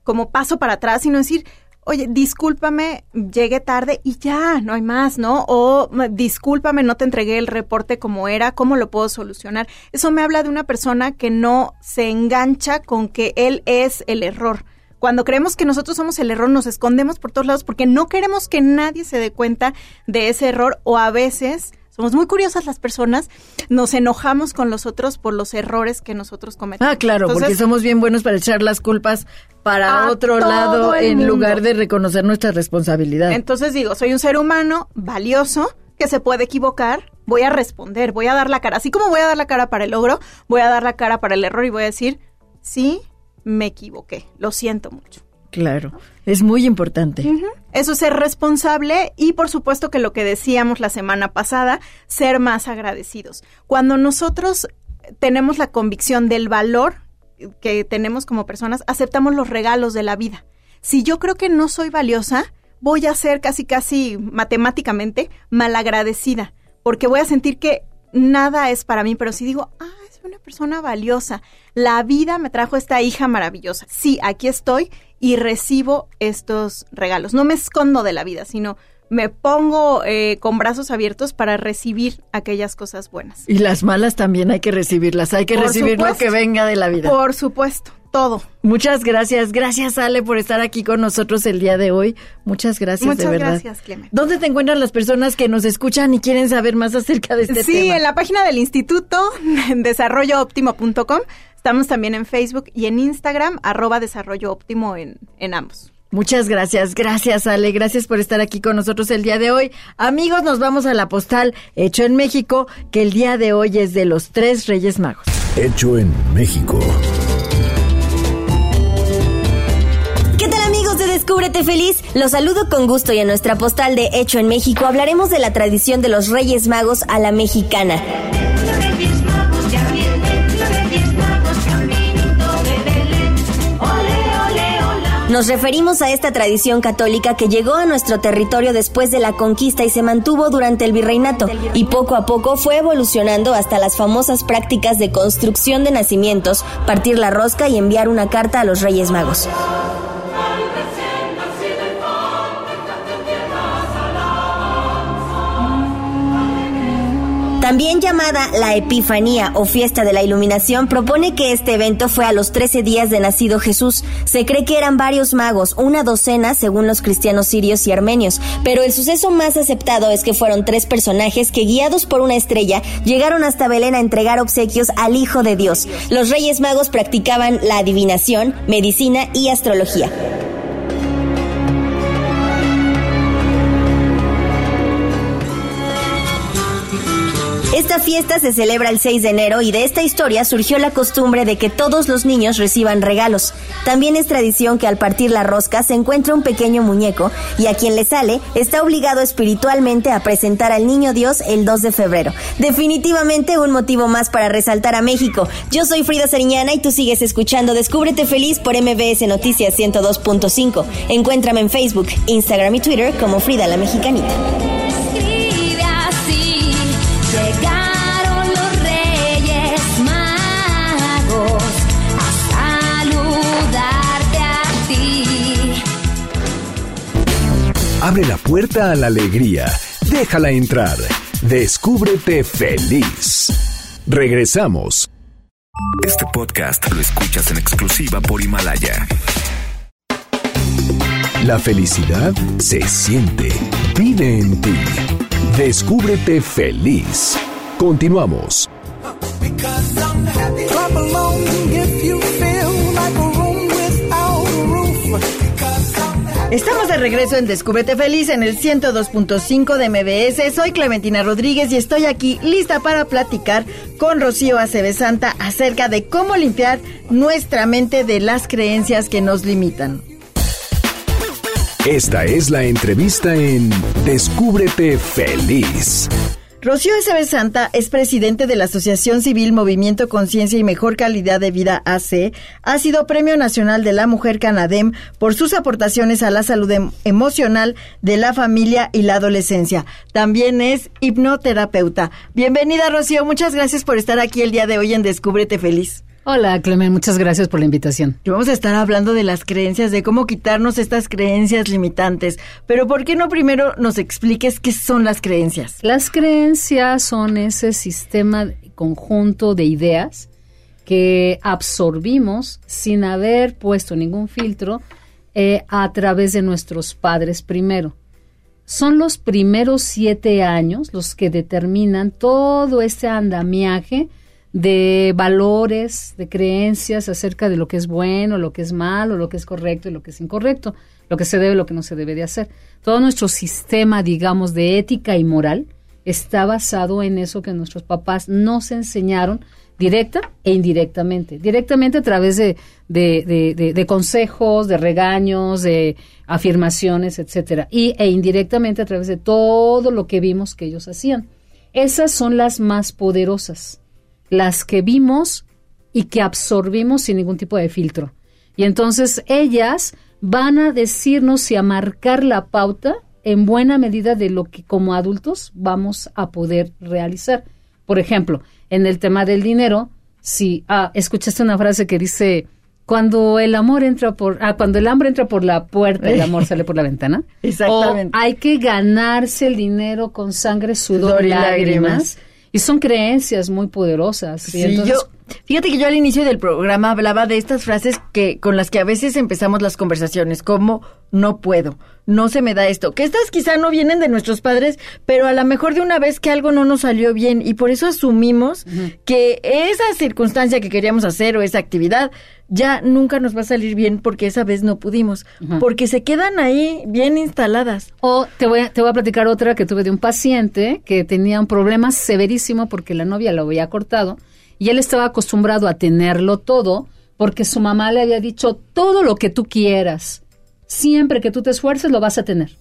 como paso para atrás, sino decir, oye, discúlpame, llegué tarde y ya, no hay más, ¿no? O discúlpame, no te entregué el reporte como era, ¿cómo lo puedo solucionar? Eso me habla de una persona que no se engancha con que él es el error. Cuando creemos que nosotros somos el error, nos escondemos por todos lados porque no queremos que nadie se dé cuenta de ese error, o a veces somos muy curiosas las personas, nos enojamos con los otros por los errores que nosotros cometemos. Ah, claro, Entonces, porque somos bien buenos para echar las culpas para otro lado en mundo. lugar de reconocer nuestra responsabilidad. Entonces digo, soy un ser humano valioso que se puede equivocar, voy a responder, voy a dar la cara. Así como voy a dar la cara para el logro, voy a dar la cara para el error y voy a decir, sí, me equivoqué, lo siento mucho. Claro, es muy importante. Uh-huh. Eso es ser responsable y por supuesto que lo que decíamos la semana pasada, ser más agradecidos. Cuando nosotros tenemos la convicción del valor que tenemos como personas, aceptamos los regalos de la vida. Si yo creo que no soy valiosa, voy a ser casi casi matemáticamente malagradecida, porque voy a sentir que nada es para mí, pero si digo, ah, es una persona valiosa, la vida me trajo esta hija maravillosa, sí, aquí estoy y recibo estos regalos. No me escondo de la vida, sino me pongo eh, con brazos abiertos para recibir aquellas cosas buenas. Y las malas también hay que recibirlas, hay que por recibir supuesto, lo que venga de la vida. Por supuesto, todo. Muchas gracias, gracias Ale por estar aquí con nosotros el día de hoy. Muchas gracias, Muchas de verdad. Muchas gracias, Clemente. ¿Dónde te encuentran las personas que nos escuchan y quieren saber más acerca de este sí, tema? Sí, en la página del Instituto, desarrollo óptimo punto com. Estamos también en Facebook y en Instagram, arroba desarrollo óptimo en, en ambos. Muchas gracias, gracias Ale, gracias por estar aquí con nosotros el día de hoy. Amigos, nos vamos a la postal Hecho en México, que el día de hoy es de los tres Reyes Magos. Hecho en México. ¿Qué tal amigos de Descúbrete Feliz? Los saludo con gusto y en nuestra postal de Hecho en México hablaremos de la tradición de los Reyes Magos a la mexicana. Nos referimos a esta tradición católica que llegó a nuestro territorio después de la conquista y se mantuvo durante el virreinato, y poco a poco fue evolucionando hasta las famosas prácticas de construcción de nacimientos, partir la rosca y enviar una carta a los Reyes Magos. También llamada la Epifanía o Fiesta de la Iluminación, propone que este evento fue a los trece días de nacido Jesús. Se cree que eran varios magos, una docena según los cristianos sirios y armenios, pero el suceso más aceptado es que fueron tres personajes que, guiados por una estrella, llegaron hasta Belén a entregar obsequios al Hijo de Dios. Los Reyes Magos practicaban la adivinación, medicina y astrología. Esta fiesta se celebra el seis de enero y de esta historia surgió la costumbre de que todos los niños reciban regalos. También es tradición que al partir la rosca se encuentre un pequeño muñeco y a quien le sale está obligado espiritualmente a presentar al Niño Dios el dos de febrero. Definitivamente un motivo más para resaltar a México. Yo soy Frida Sariñana y tú sigues escuchando Descúbrete Feliz por M B S Noticias ciento dos punto cinco. Encuéntrame en Facebook, Instagram y Twitter como Frida la Mexicanita. Llegaron los Reyes Magos a saludarte a ti. Abre la puerta a la alegría. Déjala entrar. Descúbrete feliz. Regresamos. Este podcast lo escuchas en exclusiva por Himalaya. La felicidad se siente. Vive en ti. Descúbrete feliz. Continuamos. Estamos de regreso en Descúbrete Feliz en el ciento dos punto cinco de M B S. Soy Clementina Rodríguez y estoy aquí lista para platicar con Rocío Acebesanta acerca de cómo limpiar nuestra mente de las creencias que nos limitan. Esta es la entrevista en Descúbrete Feliz. Rocío Acebesanta es presidente de la Asociación Civil Movimiento Conciencia y Mejor Calidad de Vida A C. Ha sido Premio Nacional de la Mujer Canadem por sus aportaciones a la salud em- emocional de la familia y la adolescencia. También es hipnoterapeuta. Bienvenida, Rocío. Muchas gracias por estar aquí el día de hoy en Descúbrete Feliz. Hola, Clemen, muchas gracias por la invitación. Y vamos a estar hablando de las creencias, de cómo quitarnos estas creencias limitantes. Pero ¿por qué no primero nos expliques qué son las creencias? Las creencias son ese sistema conjunto de ideas que absorbimos sin haber puesto ningún filtro eh, a través de nuestros padres primero. Son los primeros siete años los que determinan todo este andamiaje de valores, de creencias acerca de lo que es bueno, lo que es malo, lo que es correcto y lo que es incorrecto, lo que se debe, lo que no se debe de hacer. Todo nuestro sistema, digamos, de ética y moral está basado en eso que nuestros papás nos enseñaron directa e indirectamente. Directamente a través de, de, de, de, de consejos, de regaños, de afirmaciones, etcétera. Y, e indirectamente a través de todo lo que vimos que ellos hacían. Esas son las más poderosas. Las que vimos y que absorbimos sin ningún tipo de filtro. Y entonces ellas van a decirnos y a marcar la pauta en buena medida de lo que como adultos vamos a poder realizar. Por ejemplo, en el tema del dinero, si ah, escuchaste una frase que dice, cuando el amor entra por, ah, cuando el hambre entra por la puerta, el amor sale por la ventana. Exactamente. O hay que ganarse el dinero con sangre, sudor, Sudor y y lágrimas. lágrimas. Y son creencias muy poderosas. Sí, y entonces, yo, fíjate que yo al inicio del programa hablaba de estas frases que con las que a veces empezamos las conversaciones, como no puedo, no se me da esto, que estas quizá no vienen de nuestros padres, pero a lo mejor de una vez que algo no nos salió bien y por eso asumimos uh-huh. que esa circunstancia que queríamos hacer o esa actividad ya nunca nos va a salir bien porque esa vez no pudimos, uh-huh. porque se quedan ahí bien instaladas. O te voy, a, te voy a platicar otra que tuve de un paciente que tenía un problema severísimo porque la novia lo había cortado y él estaba acostumbrado a tenerlo todo porque su mamá le había dicho todo lo que tú quieras, siempre que tú te esfuerces lo vas a tener.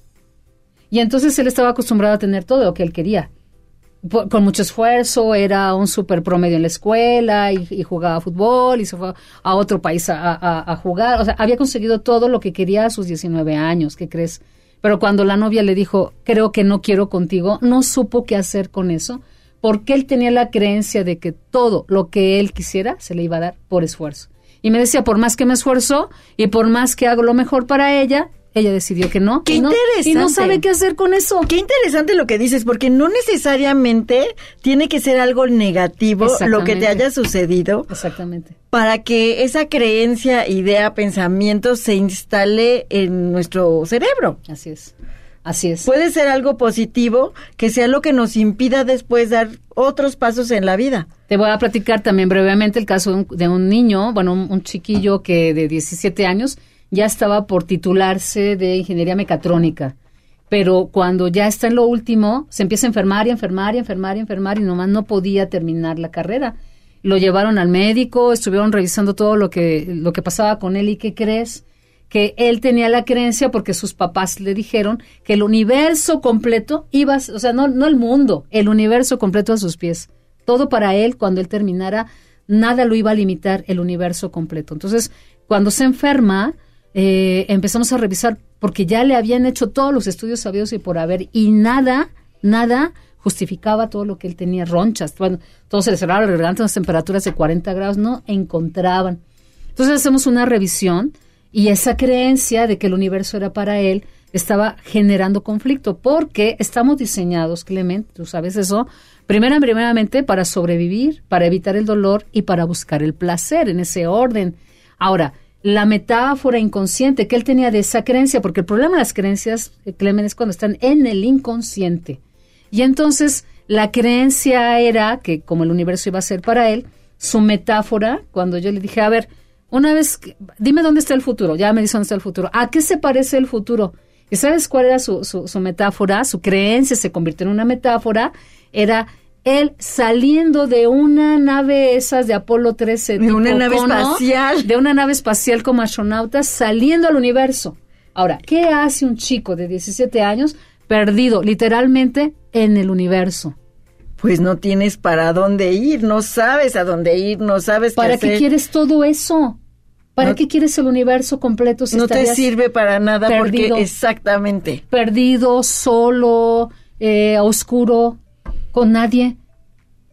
Y entonces él estaba acostumbrado a tener todo lo que él quería. Por, con mucho esfuerzo, era un súper promedio en la escuela y, y jugaba fútbol y se fue a otro país a, a, a jugar. O sea, había conseguido todo lo que quería a sus diecinueve años, ¿qué crees? Pero cuando la novia le dijo, creo que no quiero contigo, no supo qué hacer con eso, porque él tenía la creencia de que todo lo que él quisiera se le iba a dar por esfuerzo. Y me decía, por más que me esfuerzo y por más que hago lo mejor para ella, ella decidió que no. ¡Qué y no, interesante! Y no sabe qué hacer con eso. Qué interesante lo que dices, porque no necesariamente tiene que ser algo negativo lo que te haya sucedido. Exactamente. Para que esa creencia, idea, pensamiento se instale en nuestro cerebro. Así es. Así es. Puede ser algo positivo que sea lo que nos impida después dar otros pasos en la vida. Te voy a platicar también brevemente el caso de un, de un niño, bueno, un, un chiquillo que de diecisiete años ya estaba por titularse de ingeniería mecatrónica, pero cuando ya está en lo último, se empieza a enfermar y enfermar y enfermar y enfermar y nomás no podía terminar la carrera. Lo llevaron al médico, estuvieron revisando todo lo que, lo que pasaba con él y ¿qué crees? Que él tenía la creencia porque sus papás le dijeron que el universo completo iba, o sea, no, no el mundo, el universo completo a sus pies. Todo para él, cuando él terminara, nada lo iba a limitar, el universo completo. Entonces, cuando se enferma, eh, empezamos a revisar, porque ya le habían hecho todos los estudios sabidos y por haber, y nada, nada justificaba todo lo que él tenía, ronchas, bueno, todo se le cerraba la garganta, unas temperaturas de cuarenta grados, no encontraban. Entonces hacemos una revisión, y esa creencia de que el universo era para él estaba generando conflicto, porque estamos diseñados, Clement, tú sabes eso, primera, primeramente para sobrevivir, para evitar el dolor y para buscar el placer, en ese orden. Ahora, la metáfora inconsciente que él tenía de esa creencia, porque el problema de las creencias, Clement, es cuando están en el inconsciente. Y entonces la creencia era que como el universo iba a ser para él, su metáfora, cuando yo le dije, a ver, una vez, que, dime dónde está el futuro. Ya me dice dónde está el futuro. ¿A qué se parece el futuro? ¿Y sabes cuál era su, su, su metáfora? Su creencia se convirtió en una metáfora. Era él saliendo de una nave esas de Apolo trece. De una nave cono, espacial. De una nave espacial como astronauta saliendo al universo. Ahora, ¿qué hace un chico de diecisiete años perdido literalmente en el universo? Pues no tienes para dónde ir, no sabes a dónde ir, no sabes qué ¿Para hacer. qué quieres todo eso? ¿Para no, qué quieres el universo completo si no te sirve para nada perdido, porque exactamente perdido, solo, eh, oscuro, con nadie?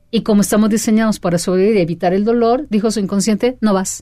Y como estamos diseñados para sobrevivir y evitar el dolor, dijo su inconsciente, no vas.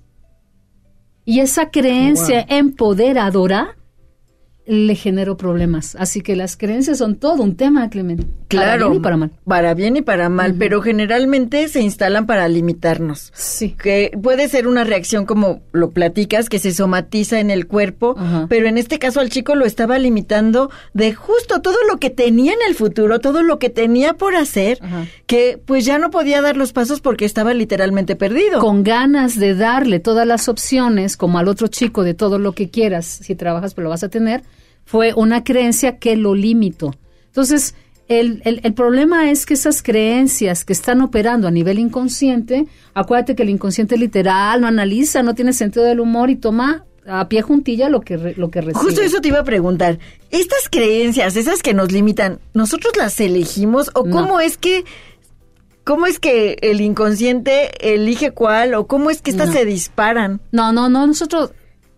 Y esa creencia wow. empoderadora le generó problemas. Así que las creencias son todo un tema, Clemente. Claro. Para bien y para mal. Para bien y para mal, uh-huh. pero generalmente se instalan para limitarnos. Sí. Que puede ser una reacción como lo platicas, que se somatiza en el cuerpo, uh-huh. pero en este caso al chico lo estaba limitando de justo todo lo que tenía en el futuro, todo lo que tenía por hacer, uh-huh. que pues ya no podía dar los pasos porque estaba literalmente perdido. Con ganas de darle todas las opciones, como al otro chico, de todo lo que quieras, si trabajas pues lo vas a tener, fue una creencia que lo limitó. Entonces, el, el, el problema es que esas creencias que están operando a nivel inconsciente, acuérdate que el inconsciente literal no analiza, no tiene sentido del humor y toma a pie juntilla lo que, re, lo que recibe. Justo eso te iba a preguntar. Estas creencias, esas que nos limitan, ¿nosotros las elegimos o No. cómo es que... ¿Cómo es que el inconsciente elige cuál o cómo es que estas No. se disparan? No, no, no, nosotros...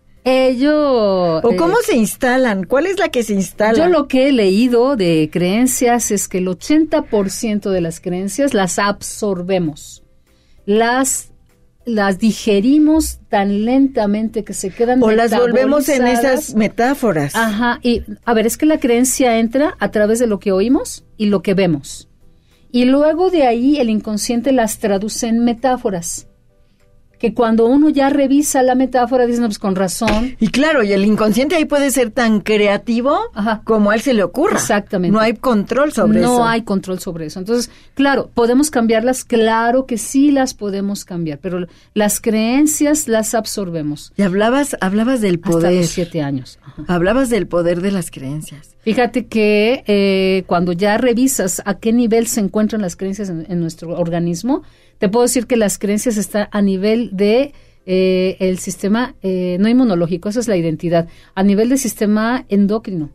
Ello, ¿O cómo eh, se instalan? ¿Cuál es la que se instala? Yo lo que he leído de creencias es que el ochenta por ciento de las creencias las absorbemos, las, las digerimos tan lentamente que se quedan O las volvemos en metabolizadas. esas metáforas. Ajá, y a ver, es que la creencia entra a través de lo que oímos y lo que vemos. Y luego de ahí el inconsciente las traduce en metáforas. Que cuando uno ya revisa la metáfora, dice, no, pues con razón. Y claro, y el inconsciente ahí puede ser tan creativo Ajá. como a él se le ocurra. Exactamente. No hay control sobre no eso. No hay control sobre eso. Entonces, claro, ¿podemos cambiarlas? Claro que sí las podemos cambiar, pero las creencias las absorbemos. Y hablabas, hablabas del poder. Hasta los siete años. Ajá. Hablabas del poder de las creencias. Fíjate que eh, cuando ya revisas a qué nivel se encuentran las creencias en, en nuestro organismo, te puedo decir que las creencias están a nivel de eh, el sistema eh, no inmunológico, esa es la identidad, a nivel del sistema endocrino.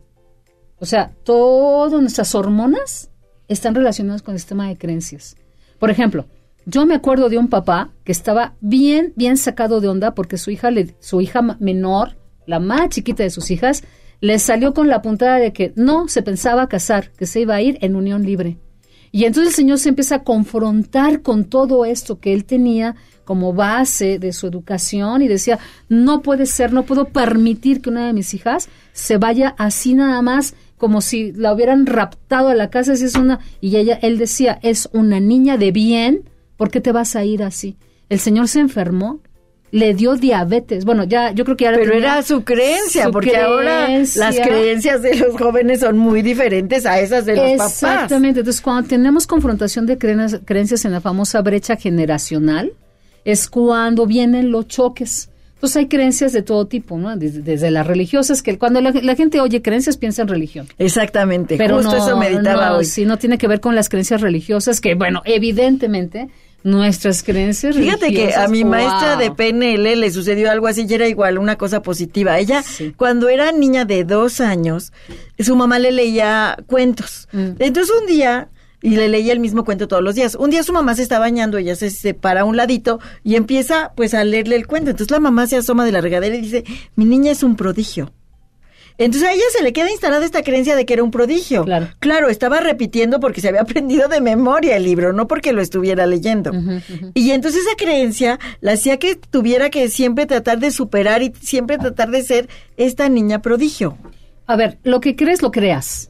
O sea, todas nuestras hormonas están relacionadas con el sistema de creencias. Por ejemplo, yo me acuerdo de un papá que estaba bien, bien sacado de onda porque su hija, le, su hija menor, la más chiquita de sus hijas, le salió con la puntada de que no se pensaba casar, que se iba a ir en unión libre. Y entonces el señor se empieza a confrontar con todo esto que él tenía como base de su educación y decía, no puede ser, no puedo permitir que una de mis hijas se vaya así nada más, como si la hubieran raptado a la casa. Si es una, y ella, él decía, es una niña de bien, ¿por qué te vas a ir así? El señor se enfermó, le dio diabetes. Bueno, ya, yo creo que ahora Pero tenía era su creencia, su porque creencia. ahora las creencias de los jóvenes son muy diferentes a esas de los papás. Exactamente. Entonces, cuando tenemos confrontación de creencias, creencias en la famosa brecha generacional, es cuando vienen los choques. Entonces, hay creencias de todo tipo, ¿no? Desde, desde las religiosas, que cuando la, la gente oye creencias, piensa en religión. Exactamente. Pero justo no, eso meditaba no, hoy. Sí, no tiene que ver con las creencias religiosas, que, bueno, evidentemente... Nuestras creencias Fíjate religiosas. que a mi wow. maestra de P N L le sucedió algo así y era igual, una cosa positiva. Ella, Sí. cuando era niña de dos años, su mamá le leía cuentos. Mm. Entonces un día, y le leía el mismo cuento todos los días, un día su mamá se está bañando, ella se separa a un ladito y empieza pues a leerle el cuento. Entonces la mamá se asoma de la regadera y dice, mi niña es un prodigio. Entonces a ella se le queda instalada esta creencia de que era un prodigio. Claro. Claro, estaba repitiendo porque se había aprendido de memoria el libro, no porque lo estuviera leyendo. Uh-huh, uh-huh. Y entonces esa creencia la hacía que tuviera que siempre tratar de superar y siempre tratar de ser esta niña prodigio. A ver, lo que crees, lo creas.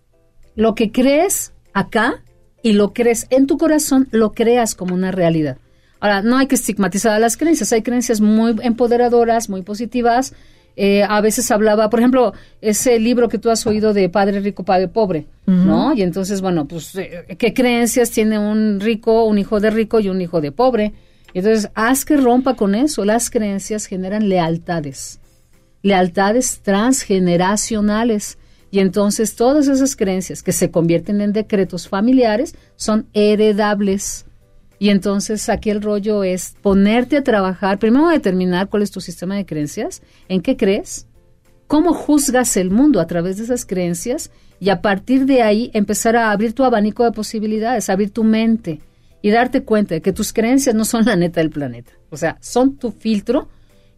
Lo que crees acá y lo crees en tu corazón, lo creas como una realidad. Ahora, no hay que estigmatizar a las creencias. Hay creencias muy empoderadoras, muy positivas. Eh, a veces hablaba, por ejemplo, ese libro que tú has oído de Padre Rico, Padre Pobre, uh-huh. ¿no? Y entonces, bueno, pues, eh, ¿qué creencias tiene un rico, un hijo de rico y un hijo de pobre? Y entonces, haz que rompa con eso. Las creencias generan lealtades, lealtades transgeneracionales. Y entonces, todas esas creencias que se convierten en decretos familiares son heredables. Y entonces aquí el rollo es ponerte a trabajar, primero determinar cuál es tu sistema de creencias, en qué crees, cómo juzgas el mundo a través de esas creencias y a partir de ahí empezar a abrir tu abanico de posibilidades, abrir tu mente y darte cuenta de que tus creencias no son la neta del planeta. O sea, son tu filtro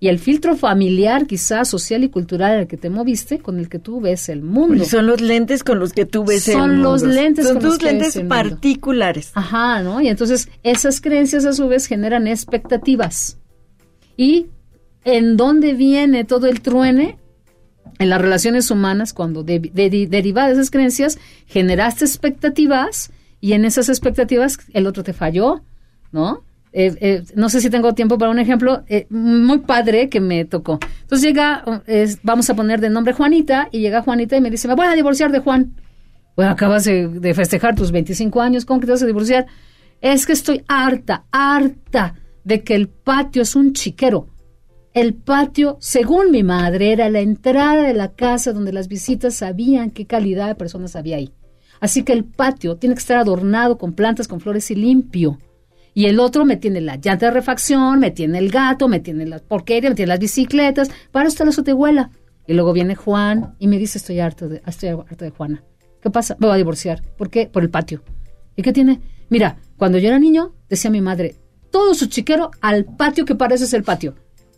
y el filtro familiar, quizás social y cultural al que te moviste, con el que tú ves el mundo. Son los lentes con los que tú ves el mundo. Son los lentes Son con los tus que ves lentes el mundo. particulares. Ajá, ¿no? Y entonces esas creencias a su vez generan expectativas. ¿Y en dónde viene todo el truene? En las relaciones humanas, cuando de, de, de, derivada de esas creencias, generaste expectativas y en esas expectativas el otro te falló, ¿no? Eh, eh, no sé si tengo tiempo para un ejemplo eh, muy padre que me tocó. Entonces llega, eh, vamos a poner de nombre Juanita, y llega Juanita y me dice, me voy a divorciar de Juan. Bueno, acabas de, de festejar tus veinticinco años, ¿cómo que te vas a divorciar? Es que estoy harta, harta de que el patio es un chiquero. El patio, según mi madre, era la entrada de la casa donde las visitas sabían qué calidad de personas había ahí. Así que el patio tiene que estar adornado con plantas, con flores y limpio. Y el otro me tiene la llanta de refacción, me tiene el gato, me tiene la porquería, me tiene las bicicletas, para esto la azotehuela. Y luego viene Juan y me dice, estoy harto de, estoy harto de Juana. ¿Qué pasa? Me voy a divorciar. ¿Por qué? Por el patio. ¿Y qué tiene? Mira, cuando yo era niño, decía mi madre, todo su chiquero al patio que parece es el patio.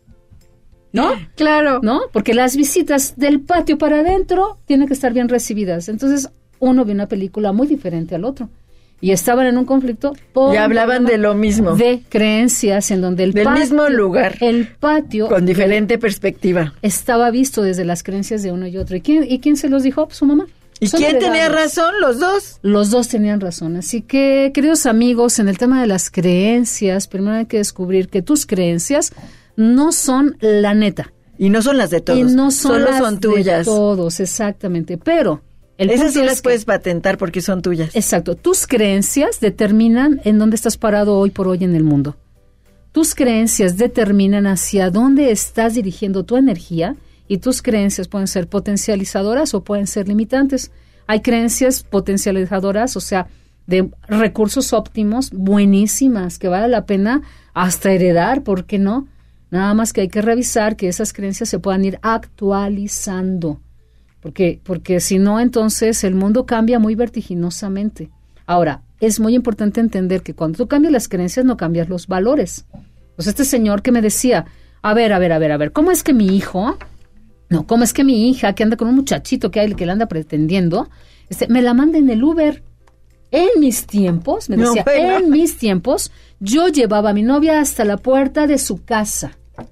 ¿No? Claro. ¿No? Porque las visitas del patio para adentro tienen que estar bien recibidas. Entonces, uno ve una película muy diferente al otro. Y estaban en un conflicto por y hablaban de lo mismo. De creencias en donde el Del patio, mismo lugar. El patio. Con diferente perspectiva. Estaba visto desde las creencias de uno y otro. ¿Y quién, y quién se los dijo? Pues su mamá. ¿Y Son quién heredados. tenía razón? Los dos. Los dos tenían razón. Así que, queridos amigos, en el tema de las creencias, primero hay que descubrir que tus creencias no son la neta. Y no son las de todos. Y no son Solo las son tuyas. de todos, exactamente. Pero el esas punto sí es las que- puedes patentar porque son tuyas. Exacto. Tus creencias determinan en dónde estás parado hoy por hoy en el mundo. Tus creencias determinan hacia dónde estás dirigiendo tu energía, y tus creencias pueden ser potencializadoras o pueden ser limitantes. Hay creencias potencializadoras, o sea, de recursos óptimos, buenísimas, que vale la pena hasta heredar, ¿por qué no? Nada más que hay que revisar que esas creencias se puedan ir actualizando. Porque, porque si no, entonces el mundo cambia muy vertiginosamente. Ahora, es muy importante entender que cuando tú cambias las creencias, no cambias los valores. Pues este señor que me decía, a ver, a ver, a ver, a ver, ¿cómo es que mi hijo, no, cómo es que mi hija, que anda con un muchachito que, hay, que le anda pretendiendo, este, me la manda en el Uber? En mis tiempos, me No, decía, bueno. en mis tiempos, yo llevaba a mi novia hasta la puerta de su casa.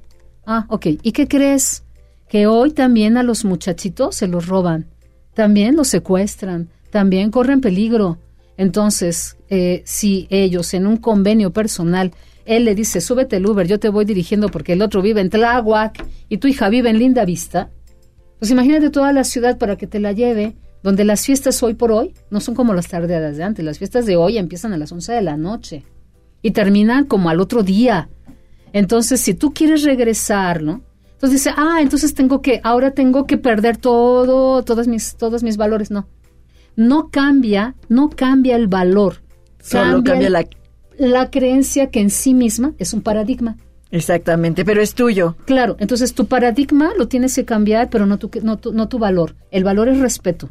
Ah, ok. ¿Y qué crees? Que hoy también a los muchachitos se los roban, también los secuestran, también corren peligro. Entonces, eh, si ellos en un convenio personal, él le dice, súbete el Uber, yo te voy dirigiendo porque el otro vive en Tláhuac y tu hija vive en Linda Vista, pues imagínate toda la ciudad para que te la lleve, donde las fiestas hoy por hoy no son como las tardeadas de antes. Las fiestas de hoy empiezan a las once de la noche y terminan como al otro día. Entonces, si tú quieres regresar, ¿no? Entonces dice, ah, entonces tengo que, ahora tengo que perder todo, todos mis, todos mis valores. No, no cambia, no cambia el valor. Solo cambia el- la... la creencia que en sí misma es un paradigma. Exactamente, pero es tuyo. Claro, entonces tu paradigma lo tienes que cambiar, pero no tu, no tu, no tu valor. El valor es respeto.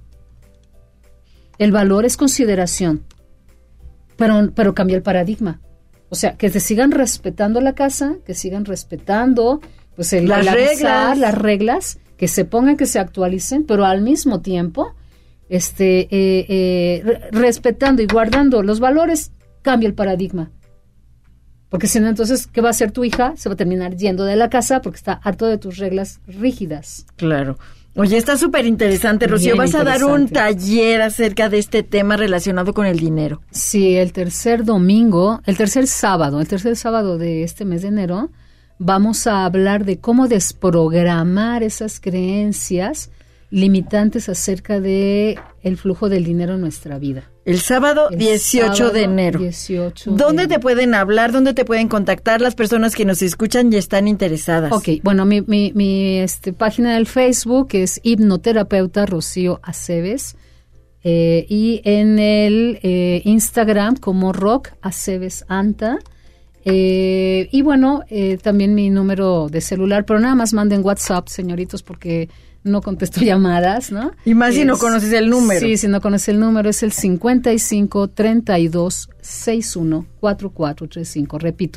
El valor es consideración. Pero, pero cambia el paradigma. O sea, que te sigan respetando la casa, que sigan respetando pues el, Las el avisar, reglas. las reglas, que se pongan, que se actualicen, pero al mismo tiempo, este, eh, eh, re- respetando y guardando los valores, cambia el paradigma. Porque si no, entonces, ¿qué va a hacer tu hija? Se va a terminar yendo de la casa porque está harto de tus reglas rígidas. Claro. Oye, está súper interesante, Rocío. Bien Vas a dar un interesante. taller acerca de este tema relacionado con el dinero. Sí, el tercer domingo, el tercer sábado, el tercer sábado de este mes de enero, vamos a hablar de cómo desprogramar esas creencias limitantes acerca de el flujo del dinero en nuestra vida. El sábado El dieciocho sábado de enero. dieciocho ¿Dónde de- te pueden hablar? ¿Dónde te pueden contactar las personas que nos escuchan y están interesadas? Ok, bueno, mi, mi, mi este, página del Facebook es hipnoterapeuta Rocío Aceves, eh, y en el eh, Instagram como Rock Aceves Anta. Eh, y bueno, eh, también mi número de celular, pero nada más manden WhatsApp, señoritos, porque no contesto llamadas, ¿no? Y más si no Es- conoces el número. Sí, si no conoces el número, es el cincuenta y cinco, treinta y dos, sesenta y uno, cuarenta y cuatro treinta y cinco. Repito,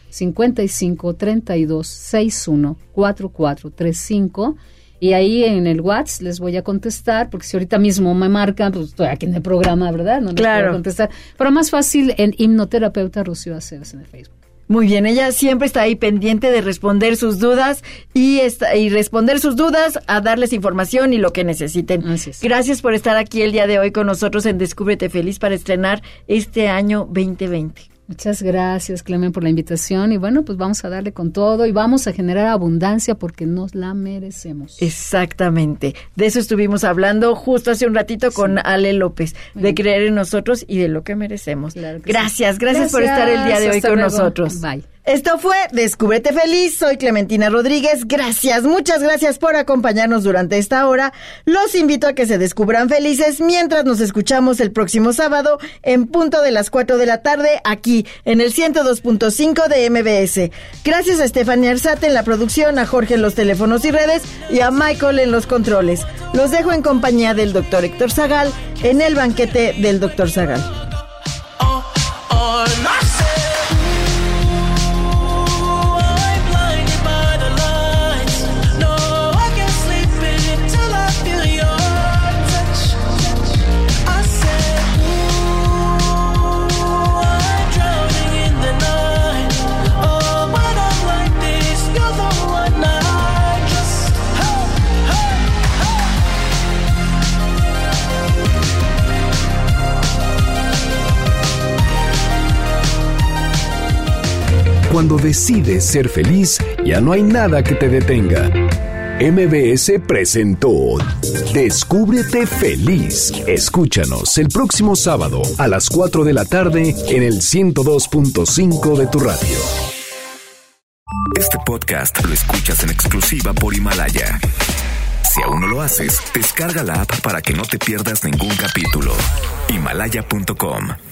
cincuenta y cinco, treinta y dos, sesenta y uno, cuarenta y cuatro treinta y cinco. Y ahí en el WhatsApp les voy a contestar, porque si ahorita mismo me marcan, pues estoy aquí en el programa, ¿verdad? No les Claro. puedo contestar. Pero más fácil en hipnoterapeuta Rocío Aceves en el Facebook. Muy bien, ella siempre está ahí pendiente de responder sus dudas y, esta- y responder sus dudas, a darles información y lo que necesiten. Así es. Gracias por estar aquí el día de hoy con nosotros en Descúbrete Feliz para estrenar este año veinte veinte. Muchas gracias, Clemen, por la invitación. Y bueno, pues vamos a darle con todo y vamos a generar abundancia porque nos la merecemos. Exactamente. De eso estuvimos hablando justo hace un ratito con Sí. Ale López, de Bien. creer en nosotros y de lo que merecemos. Claro que gracias, sí. gracias, por estar el día de hoy Hasta con luego. nosotros. Bye. Esto fue Descúbrete Feliz, soy Clementina Rodríguez, gracias, muchas gracias por acompañarnos durante esta hora. Los invito a que se descubran felices mientras nos escuchamos el próximo sábado en punto de las cuatro de la tarde aquí en el ciento dos punto cinco de M B S. Gracias a Estefania Arzate en la producción, a Jorge en los teléfonos y redes y a Michael en los controles. Los dejo en compañía del doctor Héctor Zagal en el banquete del doctor Zagal. Cuando decides ser feliz, ya no hay nada que te detenga. M B S presentó Descúbrete Feliz. Escúchanos el próximo sábado a las cuatro de la tarde en el ciento dos punto cinco de tu radio. Este podcast lo escuchas en exclusiva por Himalaya. Si aún no lo haces, descarga la app para que no te pierdas ningún capítulo. Himalaya punto com